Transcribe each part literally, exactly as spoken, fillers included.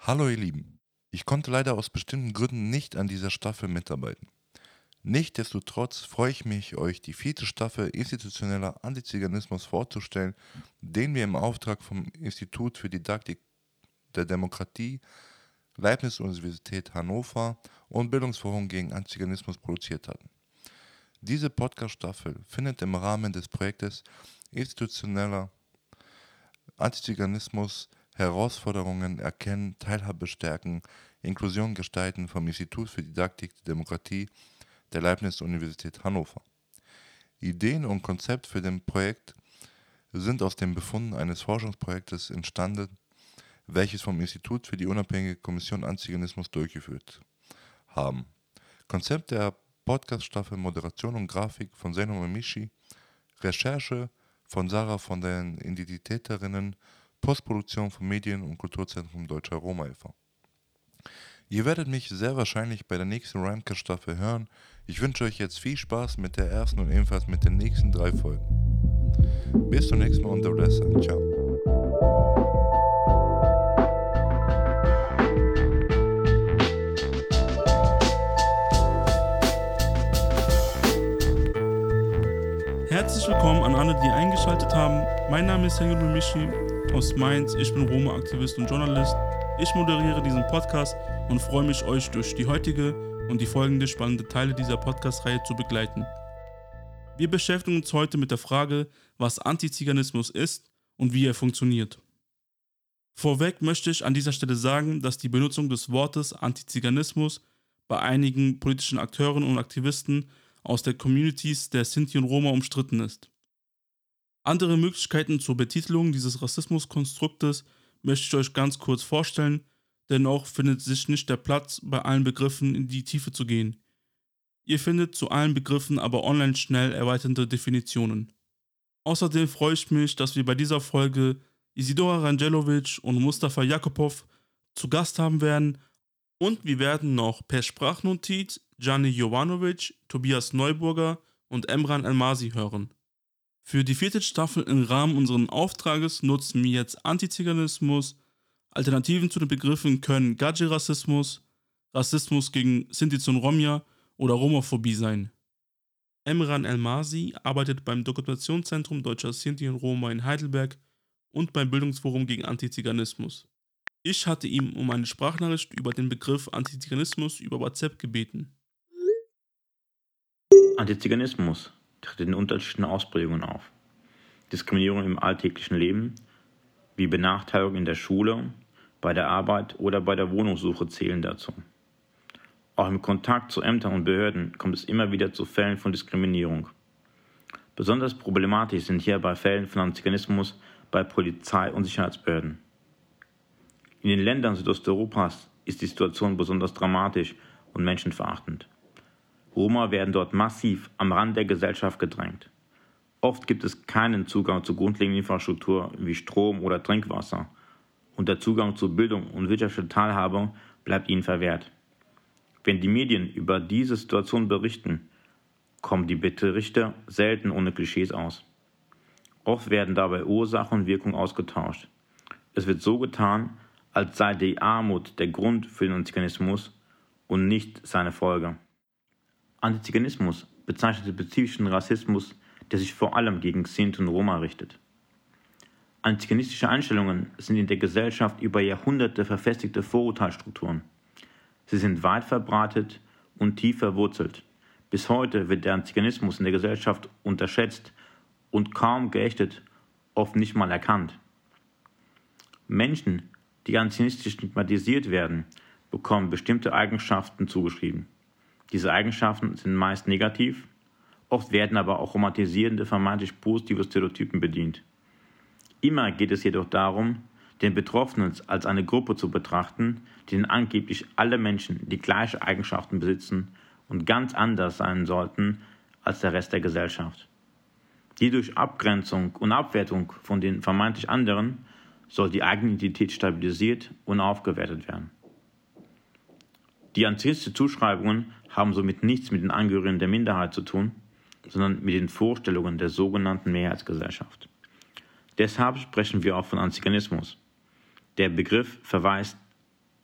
Hallo ihr Lieben, ich konnte leider aus bestimmten Gründen nicht an dieser Staffel mitarbeiten. Nichtsdestotrotz freue ich mich, euch die vierte Staffel Institutioneller Antiziganismus vorzustellen, den wir im Auftrag vom Institut für Didaktik der Demokratie, Leibniz-Universität Hannover und Bildungsforum gegen Antiziganismus produziert hatten. Diese Podcast-Staffel findet im Rahmen des Projektes Institutioneller Antiziganismus Herausforderungen erkennen, Teilhabe stärken, Inklusion gestalten vom Institut für Didaktik der Demokratie der Leibniz-Universität Hannover. Ideen und Konzept für das Projekt sind aus den Befunden eines Forschungsprojektes entstanden, welches vom Institut für die unabhängige Kommission Antiziganismus durchgeführt haben. Konzept der Podcast-Staffel, Moderation und Grafik von Zeno Mamishi, Recherche von Sarah von den Identitäterinnen, Postproduktion vom Medien- und Kulturzentrum Deutscher Roma e V Ihr werdet mich sehr wahrscheinlich bei der nächsten Ramcast-Staffel hören. Ich wünsche euch jetzt viel Spaß mit der ersten und ebenfalls mit den nächsten drei Folgen. Bis zum nächsten Mal und der Ciao. Herzlich willkommen an alle, die eingeschaltet haben. Mein Name ist Zeno Mamishi aus Mainz. Ich bin Roma-Aktivist und Journalist. Ich moderiere diesen Podcast und freue mich, euch durch die heutige und die folgende spannende Teile dieser Podcast-Reihe zu begleiten. Wir beschäftigen uns heute mit der Frage, was Antiziganismus ist und wie er funktioniert. Vorweg möchte ich an dieser Stelle sagen, dass die Benutzung des Wortes Antiziganismus bei einigen politischen Akteuren und Aktivisten aus der Communities der Sinti und Roma umstritten ist. Andere Möglichkeiten zur Betitelung dieses Rassismuskonstruktes möchte ich euch ganz kurz vorstellen, dennoch findet sich nicht der Platz, bei allen Begriffen in die Tiefe zu gehen. Ihr findet zu allen Begriffen aber online schnell erweiternde Definitionen. Außerdem freue ich mich, dass wir bei dieser Folge Isidora Rangelovic und Mustafa Jakupow zu Gast haben werden und wir werden noch per Sprachnotiz Gianni Jovanovic, Tobias Neuburger und Emran Elmazi hören. Für die vierte Staffel im Rahmen unseres Auftrages nutzen wir jetzt Antiziganismus. Alternativen zu den Begriffen können Gadji-Rassismus, Rassismus gegen Sinti und Romja oder Romophobie sein. Emran Elmazi arbeitet beim Dokumentationszentrum Deutscher Sinti und Roma in Heidelberg und beim Bildungsforum gegen Antiziganismus. Ich hatte ihm um eine Sprachnachricht über den Begriff Antiziganismus über WhatsApp gebeten. Antiziganismus tritt in unterschiedlichen Ausprägungen auf. Diskriminierung im alltäglichen Leben, wie Benachteiligung in der Schule, bei der Arbeit oder bei der Wohnungssuche zählen dazu. Auch im Kontakt zu Ämtern und Behörden kommt es immer wieder zu Fällen von Diskriminierung. Besonders problematisch sind hierbei Fälle von Antiziganismus bei Polizei und Sicherheitsbehörden. In den Ländern Südosteuropas ist die Situation besonders dramatisch und menschenverachtend. Roma werden dort massiv am Rand der Gesellschaft gedrängt. Oft gibt es keinen Zugang zu grundlegender Infrastruktur wie Strom oder Trinkwasser und der Zugang zu Bildung und wirtschaftlicher Teilhabe bleibt ihnen verwehrt. Wenn die Medien über diese Situation berichten, kommen die Berichte selten ohne Klischees aus. Oft werden dabei Ursache und Wirkung ausgetauscht. Es wird so getan, als sei die Armut der Grund für den Antiziganismus und nicht seine Folge. Antiziganismus bezeichnet den spezifischen Rassismus, der sich vor allem gegen Sinti und Roma richtet. Antiziganistische Einstellungen sind in der Gesellschaft über Jahrhunderte verfestigte Vorurteilsstrukturen. Sie sind weit verbreitet und tief verwurzelt. Bis heute wird der Antiziganismus in der Gesellschaft unterschätzt und kaum geächtet, oft nicht mal erkannt. Menschen, die antiziganistisch stigmatisiert werden, bekommen bestimmte Eigenschaften zugeschrieben. Diese Eigenschaften sind meist negativ, oft werden aber auch romantisierende, vermeintlich positive Stereotypen bedient. Immer geht es jedoch darum, den Betroffenen als eine Gruppe zu betrachten, denen angeblich alle Menschen die gleichen Eigenschaften besitzen und ganz anders sein sollten als der Rest der Gesellschaft. Die durch Abgrenzung und Abwertung von den vermeintlich anderen soll die eigene Identität stabilisiert und aufgewertet werden. Die antiziganistischen Zuschreibungen haben somit nichts mit den Angehörigen der Minderheit zu tun, sondern mit den Vorstellungen der sogenannten Mehrheitsgesellschaft. Deshalb sprechen wir auch von Antiziganismus. Der Begriff verweist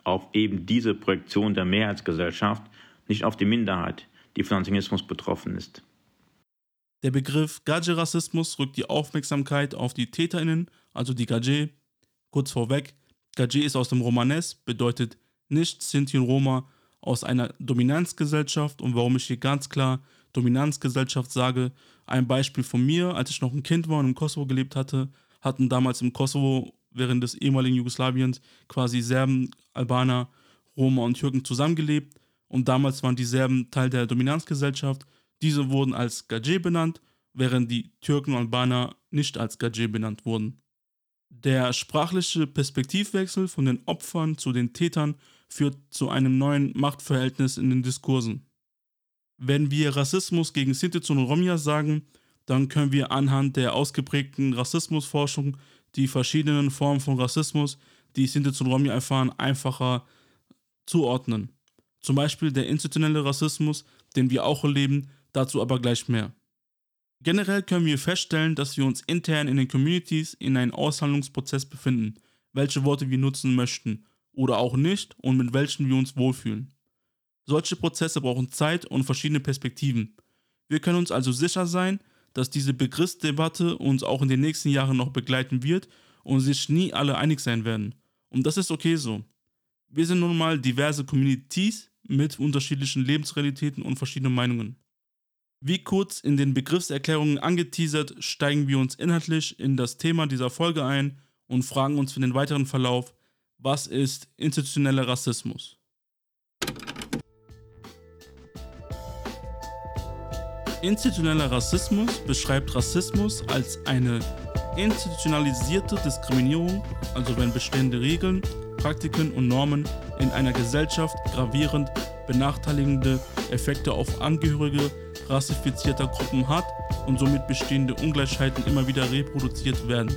auf eben diese Projektion der Mehrheitsgesellschaft, nicht auf die Minderheit, die von Antisemitismus betroffen ist. Der Begriff Gadget-Rassismus rückt die Aufmerksamkeit auf die TäterInnen, also die Gadget. Kurz vorweg, Gadget ist aus dem Romanes, bedeutet nicht Sinti und Roma aus einer Dominanzgesellschaft. Und warum ich hier ganz klar Dominanzgesellschaft sage, ein Beispiel von mir, als ich noch ein Kind war und im Kosovo gelebt hatte, hatten damals im Kosovo während des ehemaligen Jugoslawiens quasi Serben, Albaner, Roma und Türken zusammengelebt. Und damals waren die Serben Teil der Dominanzgesellschaft. Diese wurden als Gadget benannt, während die Türken und Albaner nicht als Gadget benannt wurden. Der sprachliche Perspektivwechsel von den Opfern zu den Tätern führt zu einem neuen Machtverhältnis in den Diskursen. Wenn wir Rassismus gegen Sinti und Roma sagen, dann können wir anhand der ausgeprägten Rassismusforschung die verschiedenen Formen von Rassismus, die Sinti und Roma erfahren, einfacher zuordnen. Zum Beispiel der institutionelle Rassismus, den wir auch erleben, dazu aber gleich mehr. Generell können wir feststellen, dass wir uns intern in den Communities in einem Aushandlungsprozess befinden, welche Worte wir nutzen möchten oder auch nicht und mit welchen wir uns wohlfühlen. Solche Prozesse brauchen Zeit und verschiedene Perspektiven. Wir können uns also sicher sein, dass diese Begriffsdebatte uns auch in den nächsten Jahren noch begleiten wird und sich nie alle einig sein werden. Und das ist okay so. Wir sind nun mal diverse Communities mit unterschiedlichen Lebensrealitäten und verschiedenen Meinungen. Wie kurz in den Begriffserklärungen angeteasert, steigen wir uns inhaltlich in das Thema dieser Folge ein und fragen uns für den weiteren Verlauf, was ist institutioneller Rassismus? Institutioneller Rassismus beschreibt Rassismus als eine institutionalisierte Diskriminierung, also wenn bestehende Regeln, Praktiken und Normen in einer Gesellschaft gravierend benachteiligende Effekte auf Angehörige rassifizierter Gruppen hat und somit bestehende Ungleichheiten immer wieder reproduziert werden.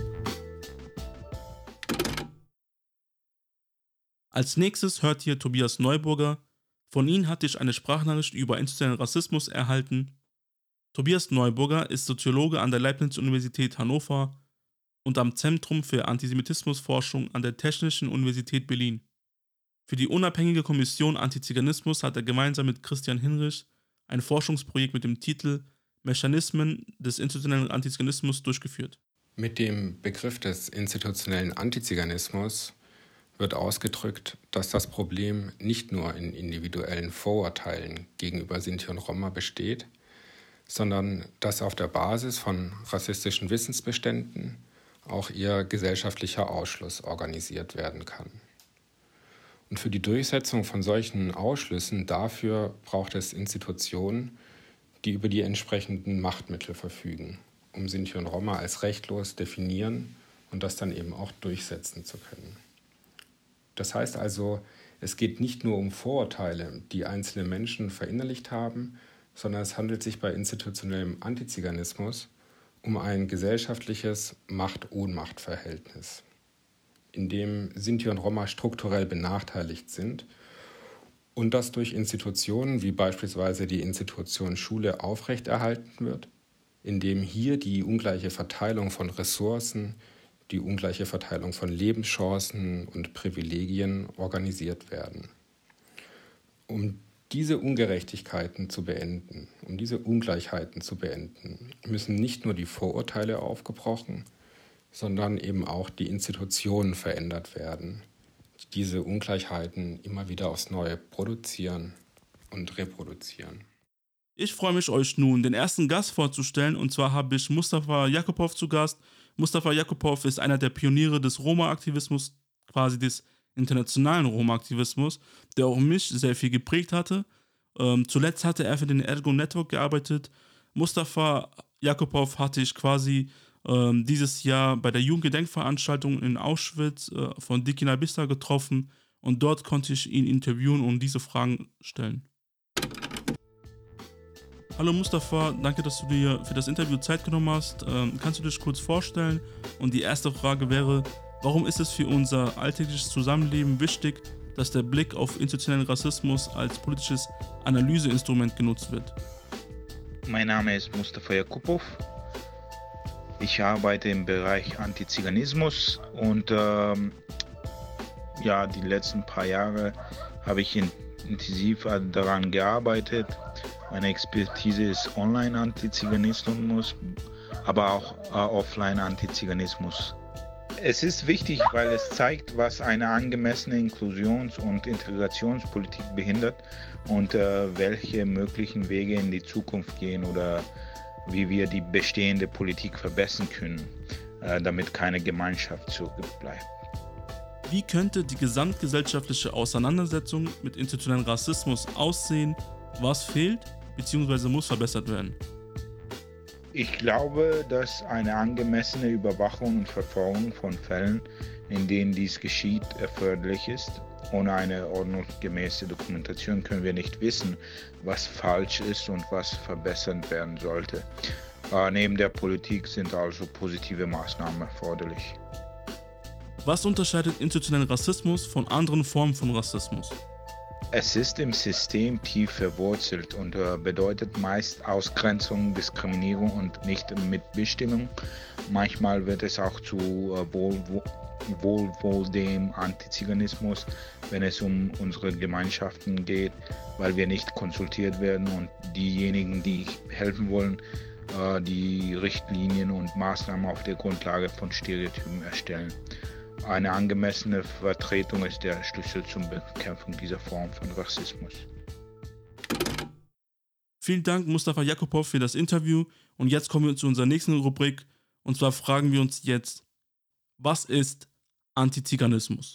Als nächstes hört ihr Tobias Neuburger. Von ihm hatte ich eine Sprachnachricht über institutionellen Rassismus erhalten. Tobias Neuburger ist Soziologe an der Leibniz-Universität Hannover und am Zentrum für Antisemitismusforschung an der Technischen Universität Berlin. Für die unabhängige Kommission Antiziganismus hat er gemeinsam mit Christian Hinrich ein Forschungsprojekt mit dem Titel Mechanismen des institutionellen Antiziganismus durchgeführt. Mit dem Begriff des institutionellen Antiziganismus wird ausgedrückt, dass das Problem nicht nur in individuellen Vorurteilen gegenüber Sinti und Roma besteht, sondern dass auf der Basis von rassistischen Wissensbeständen auch ihr gesellschaftlicher Ausschluss organisiert werden kann. Und für die Durchsetzung von solchen Ausschlüssen dafür braucht es Institutionen, die über die entsprechenden Machtmittel verfügen, um Sinti und Roma als rechtlos definieren und das dann eben auch durchsetzen zu können. Das heißt also, es geht nicht nur um Vorurteile, die einzelne Menschen verinnerlicht haben, sondern es handelt sich bei institutionellem Antiziganismus um ein gesellschaftliches Macht-Ohnmacht-Verhältnis, in dem Sinti und Roma strukturell benachteiligt sind und das durch Institutionen wie beispielsweise die Institution Schule aufrechterhalten wird, indem hier die ungleiche Verteilung von Ressourcen, die ungleiche Verteilung von Lebenschancen und Privilegien organisiert werden. Um diese Ungerechtigkeiten zu beenden, um diese Ungleichheiten zu beenden, müssen nicht nur die Vorurteile aufgebrochen, sondern eben auch die Institutionen verändert werden, die diese Ungleichheiten immer wieder aufs Neue produzieren und reproduzieren. Ich freue mich, euch nun den ersten Gast vorzustellen, und zwar habe ich Mustafa Jakupow zu Gast. Mustafa Jakupow ist einer der Pioniere des Roma-Aktivismus, quasi des internationalen Roma-Aktivismus, der auch mich sehr viel geprägt hatte. Ähm, zuletzt hatte er für den Ergo Network gearbeitet. Mustafa Jakupow hatte ich quasi ähm, dieses Jahr bei der Jugendgedenkveranstaltung in Auschwitz äh, von Diki Nabista getroffen und dort konnte ich ihn interviewen und diese Fragen stellen. Hallo Mustafa, danke, dass du dir für das Interview Zeit genommen hast. Ähm, kannst du dich kurz vorstellen? Und die erste Frage wäre, warum ist es für unser alltägliches Zusammenleben wichtig, dass der Blick auf institutionellen Rassismus als politisches Analyseinstrument genutzt wird? Mein Name ist Mustafa Jakupow. Ich arbeite im Bereich Antiziganismus und ähm, ja, die letzten paar Jahre habe ich in, intensiv daran gearbeitet. Meine Expertise ist Online-Antiziganismus, aber auch äh, Offline-Antiziganismus. Es ist wichtig, weil es zeigt, was eine angemessene Inklusions- und Integrationspolitik behindert und äh, welche möglichen Wege in die Zukunft gehen oder wie wir die bestehende Politik verbessern können, äh, damit keine Gemeinschaft zurückbleibt. Wie könnte die gesamtgesellschaftliche Auseinandersetzung mit institutionellem Rassismus aussehen? Was fehlt bzw. muss verbessert werden? Ich glaube, dass eine angemessene Überwachung und Verfolgung von Fällen, in denen dies geschieht, erforderlich ist. Ohne eine ordnungsgemäße Dokumentation können wir nicht wissen, was falsch ist und was verbessert werden sollte. Äh, neben der Politik sind also positive Maßnahmen erforderlich. Was unterscheidet institutionellen Rassismus von anderen Formen von Rassismus? Es ist im System tief verwurzelt und äh, bedeutet meist Ausgrenzung, Diskriminierung und nicht Mitbestimmung. Manchmal wird es auch zu äh, wohl, wohlwollendem Antiziganismus, wenn es um unsere Gemeinschaften geht, weil wir nicht konsultiert werden und diejenigen, die helfen wollen, äh, die Richtlinien und Maßnahmen auf der Grundlage von Stereotypen erstellen. Eine angemessene Vertretung ist der Schlüssel zur Bekämpfung dieser Form von Rassismus. Vielen Dank, Mustafa Jakupow, für das Interview. Und jetzt kommen wir zu unserer nächsten Rubrik. Und zwar fragen wir uns jetzt, was ist Antiziganismus?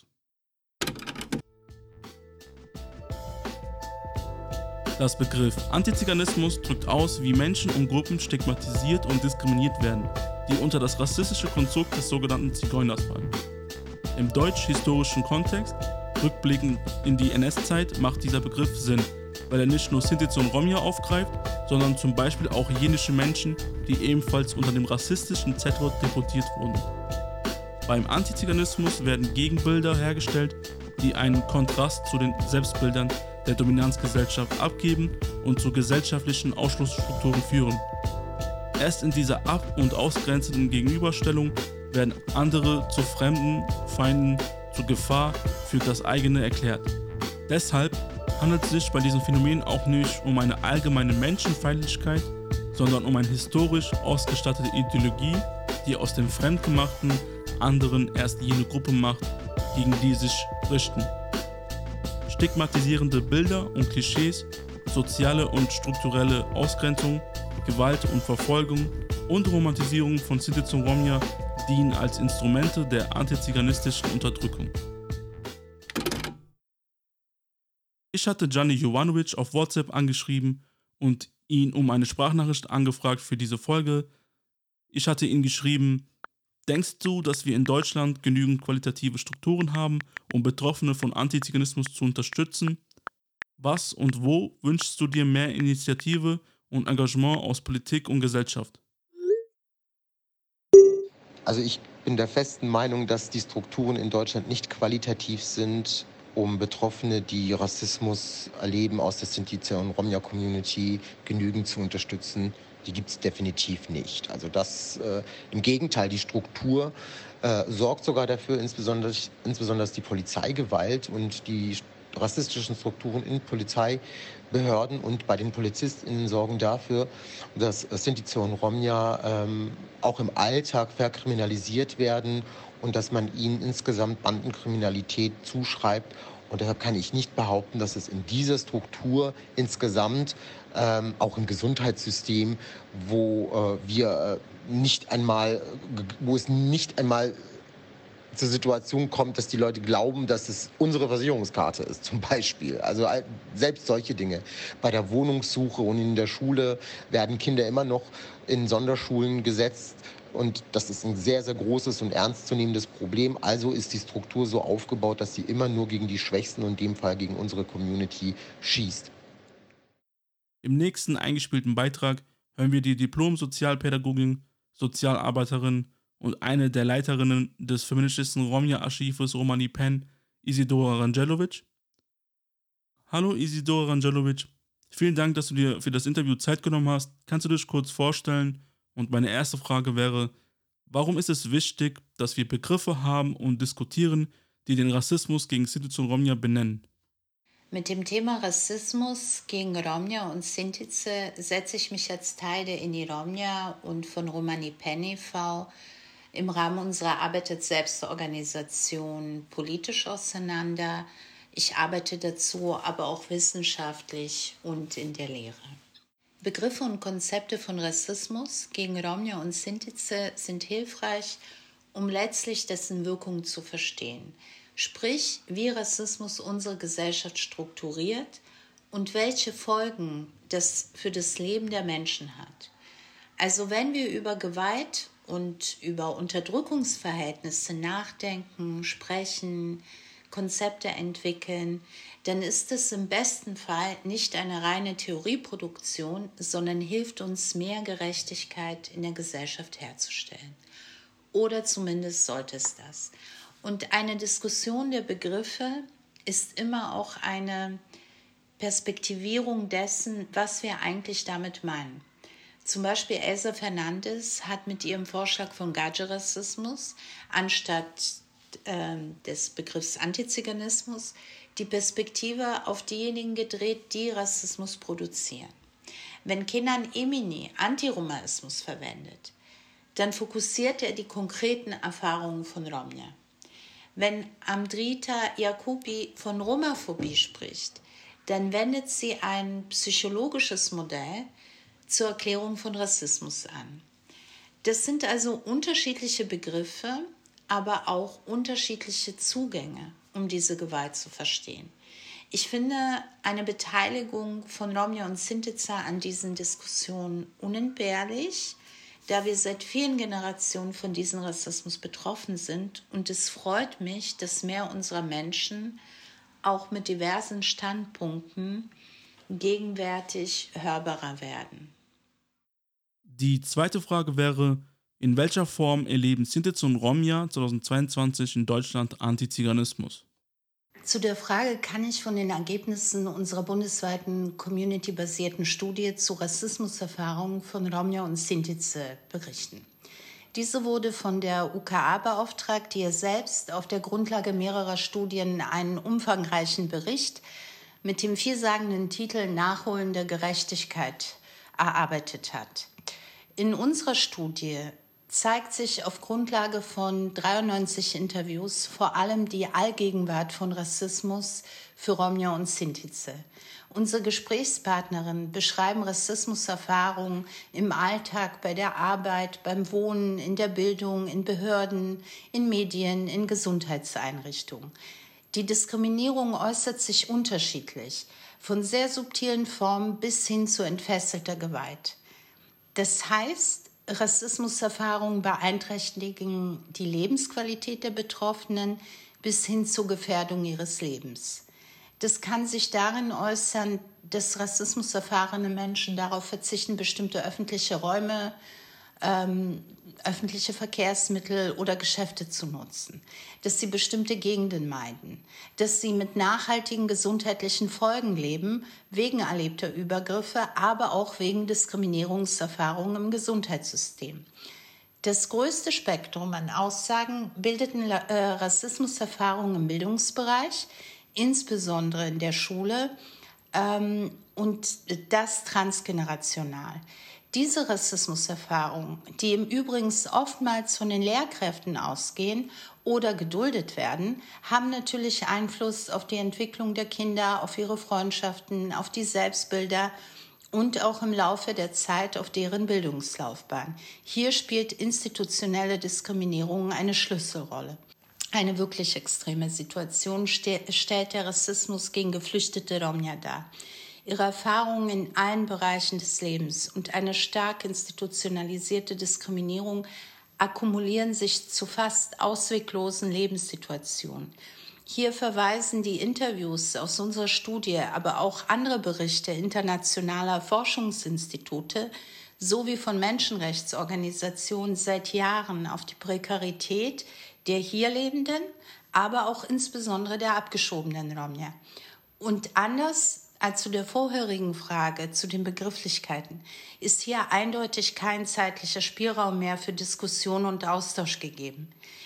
Das Begriff Antiziganismus drückt aus, wie Menschen und Gruppen stigmatisiert und diskriminiert werden, die unter das rassistische Konstrukt des sogenannten Zigeuners fallen. Im deutsch-historischen Kontext, rückblickend in die N S-Zeit, macht dieser Begriff Sinn, weil er nicht nur Sinti und Romja aufgreift, sondern zum Beispiel auch jenische Menschen, die ebenfalls unter dem rassistischen Z-Wort deportiert wurden. Beim Antiziganismus werden Gegenbilder hergestellt, die einen Kontrast zu den Selbstbildern der Dominanzgesellschaft abgeben und zu gesellschaftlichen Ausschlussstrukturen führen. Erst in dieser ab- und ausgrenzenden Gegenüberstellung werden andere zu Fremden, Feinden, zu Gefahr für das eigene erklärt. Deshalb handelt es sich bei diesem Phänomen auch nicht um eine allgemeine Menschenfeindlichkeit, sondern um eine historisch ausgestattete Ideologie, die aus dem Fremdgemachten anderen erst jene Gruppe macht, gegen die sie sich richten. Stigmatisierende Bilder und Klischees, soziale und strukturelle Ausgrenzung, Gewalt und Verfolgung und Romantisierung von Sinti und Romja dienen als Instrumente der antiziganistischen Unterdrückung. Ich hatte Gianni Jovanovic auf WhatsApp angeschrieben und ihn um eine Sprachnachricht angefragt für diese Folge. Ich hatte ihn geschrieben: Denkst du, dass wir in Deutschland genügend qualitative Strukturen haben, um Betroffene von Antiziganismus zu unterstützen? Was und wo wünschst du dir mehr Initiative und Engagement aus Politik und Gesellschaft? Also ich bin der festen Meinung, dass die Strukturen in Deutschland nicht qualitativ sind, um Betroffene, die Rassismus erleben aus der Sinti und Romja-Community, genügend zu unterstützen. Die gibt es definitiv nicht. Also das, äh, im Gegenteil, die Struktur äh, sorgt sogar dafür, insbesondere, insbesondere die Polizeigewalt und die rassistischen Strukturen in Polizeibehörden und bei den PolizistInnen sorgen dafür, dass Sinti und Romja ähm, auch im Alltag verkriminalisiert werden und dass man ihnen insgesamt Bandenkriminalität zuschreibt. Und deshalb kann ich nicht behaupten, dass es in dieser Struktur insgesamt, ähm, auch im Gesundheitssystem, wo äh, wir äh, nicht einmal, wo es nicht einmal zur Situation kommt, dass die Leute glauben, dass es unsere Versicherungskarte ist, zum Beispiel. Also selbst solche Dinge. Bei der Wohnungssuche und in der Schule werden Kinder immer noch in Sonderschulen gesetzt. Und das ist ein sehr, sehr großes und ernstzunehmendes Problem. Also ist die Struktur so aufgebaut, dass sie immer nur gegen die Schwächsten und in dem Fall gegen unsere Community schießt. Im nächsten eingespielten Beitrag hören wir die Diplom-Sozialpädagogin, Sozialarbeiterin und eine der Leiterinnen des feministischen Romja-Archives Romani Pen, Isidora Rangelovic. Hallo Isidora Rangelovic, vielen Dank, dass du dir für das Interview Zeit genommen hast. Kannst du dich kurz vorstellen? Und meine erste Frage wäre, warum ist es wichtig, dass wir Begriffe haben und diskutieren, die den Rassismus gegen Sinti und Romja benennen. Mit dem Thema Rassismus gegen Romja und Sintize setze ich mich als Teil der I N I Romja und von Romani Pen e V im Rahmen unserer Arbeit als Selbstorganisation politisch auseinander. Ich arbeite dazu aber auch wissenschaftlich und in der Lehre. Begriffe und Konzepte von Rassismus gegen Romja und Sintize sind hilfreich, um letztlich dessen Wirkung zu verstehen. Sprich, wie Rassismus unsere Gesellschaft strukturiert und welche Folgen das für das Leben der Menschen hat. Also wenn wir über Gewalt und über Unterdrückungsverhältnisse nachdenken, sprechen, Konzepte entwickeln, dann ist es im besten Fall nicht eine reine Theorieproduktion, sondern hilft uns, mehr Gerechtigkeit in der Gesellschaft herzustellen. Oder zumindest sollte es das. Und eine Diskussion der Begriffe ist immer auch eine Perspektivierung dessen, was wir eigentlich damit meinen. Zum Beispiel Elsa Fernandes hat mit ihrem Vorschlag von Gadget-Rassismus anstatt äh, des Begriffs Antiziganismus die Perspektive auf diejenigen gedreht, die Rassismus produzieren. Wenn Kenan Emini Antiromaismus verwendet, dann fokussiert er die konkreten Erfahrungen von Romja. Wenn Amdrita Jacobi von Romaphobie spricht, dann wendet sie ein psychologisches Modell zur Erklärung von Rassismus an. Das sind also unterschiedliche Begriffe, aber auch unterschiedliche Zugänge, um diese Gewalt zu verstehen. Ich finde eine Beteiligung von Romja und Sintize an diesen Diskussionen unentbehrlich, da wir seit vielen Generationen von diesem Rassismus betroffen sind. Und es freut mich, dass mehr unserer Menschen auch mit diversen Standpunkten gegenwärtig hörbarer werden. Die zweite Frage wäre, in welcher Form erleben Sintize und Romja zweitausendzweiundzwanzig in Deutschland Antiziganismus? Zu der Frage kann ich von den Ergebnissen unserer bundesweiten community-basierten Studie zu Rassismuserfahrungen von Romja und Sintize berichten. Diese wurde von der U K A beauftragt, die er selbst auf der Grundlage mehrerer Studien einen umfangreichen Bericht mit dem vielsagenden Titel Nachholende Gerechtigkeit erarbeitet hat. In unserer Studie zeigt sich auf Grundlage von dreiundneunzig Interviews vor allem die Allgegenwart von Rassismus für Romja und Sintize. Unsere Gesprächspartnerinnen beschreiben Rassismuserfahrungen im Alltag, bei der Arbeit, beim Wohnen, in der Bildung, in Behörden, in Medien, in Gesundheitseinrichtungen. Die Diskriminierung äußert sich unterschiedlich, von sehr subtilen Formen bis hin zu entfesselter Gewalt. Das heißt, Rassismuserfahrungen beeinträchtigen die Lebensqualität der Betroffenen bis hin zur Gefährdung ihres Lebens. Das kann sich darin äußern, dass rassismuserfahrene Menschen darauf verzichten, bestimmte öffentliche Räume, ähm, öffentliche Verkehrsmittel oder Geschäfte zu nutzen, dass sie bestimmte Gegenden meiden, dass sie mit nachhaltigen gesundheitlichen Folgen leben, wegen erlebter Übergriffe, aber auch wegen Diskriminierungserfahrungen im Gesundheitssystem. Das größte Spektrum an Aussagen bildeten äh, Rassismuserfahrungen im Bildungsbereich, insbesondere in der Schule, ähm, und das transgenerational. Diese Rassismuserfahrungen, die im Übrigen oftmals von den Lehrkräften ausgehen oder geduldet werden, haben natürlich Einfluss auf die Entwicklung der Kinder, auf ihre Freundschaften, auf die Selbstbilder und auch im Laufe der Zeit auf deren Bildungslaufbahn. Hier spielt institutionelle Diskriminierung eine Schlüsselrolle. Eine wirklich extreme Situation stellt der Rassismus gegen geflüchtete Romja dar. Ihre Erfahrungen in allen Bereichen des Lebens und eine stark institutionalisierte Diskriminierung akkumulieren sich zu fast ausweglosen Lebenssituationen. Hier verweisen die Interviews aus unserer Studie, aber auch andere Berichte internationaler Forschungsinstitute sowie von Menschenrechtsorganisationen seit Jahren auf die Prekarität der hier Lebenden, aber auch insbesondere der abgeschobenen Romja. Und anders als zu der vorherigen Frage zu den Begrifflichkeiten ist hier eindeutig kein zeitlicher Spielraum mehr für Diskussion und Austausch gegeben.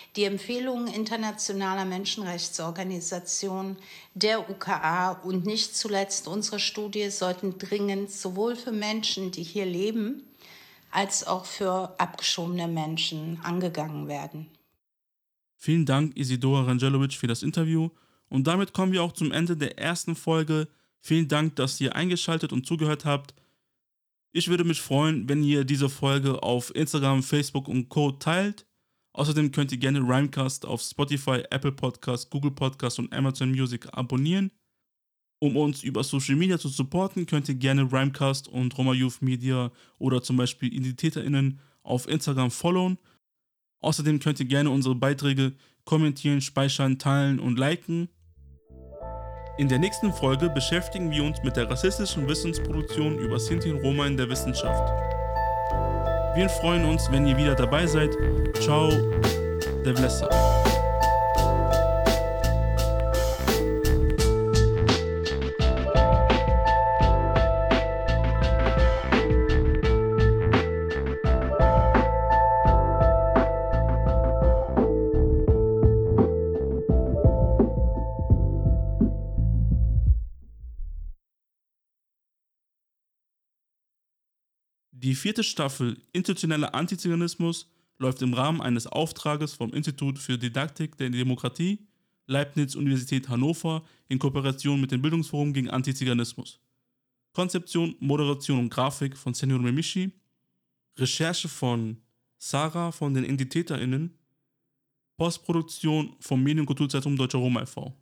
Die Empfehlungen internationaler Menschenrechtsorganisationen, der U K A und nicht zuletzt unserer Studie sollten dringend sowohl für Menschen, die hier leben, als auch für abgeschobene Menschen angegangen werden. Vielen Dank, Isidora Rangelovic, für das Interview. Und damit kommen wir auch zum Ende der ersten Folge. Vielen Dank, dass ihr eingeschaltet und zugehört habt. Ich würde mich freuen, wenn ihr diese Folge auf Instagram, Facebook und Co. teilt. Außerdem könnt ihr gerne Rhymecast auf Spotify, Apple Podcasts, Google Podcasts und Amazon Music abonnieren. Um uns über Social Media zu supporten, könnt ihr gerne Rhymecast und Roma Youth Media oder zum Beispiel IdentitäterInnen auf Instagram followen. Außerdem könnt ihr gerne unsere Beiträge kommentieren, speichern, teilen und liken. In der nächsten Folge beschäftigen wir uns mit der rassistischen Wissensproduktion über Sinti und Roma in der Wissenschaft. Wir freuen uns, wenn ihr wieder dabei seid. Ciao, der Vlessa. Die vierte Staffel Institutioneller Antiziganismus läuft im Rahmen eines Auftrages vom Institut für Didaktik der Demokratie, Leibniz-Universität Hannover in Kooperation mit dem Bildungsforum gegen Antiziganismus. Konzeption, Moderation und Grafik von Senor Memishi, Recherche von Sarah von den IdentitäterInnen, Postproduktion vom Medien- und Kulturzentrum Deutscher Roma e V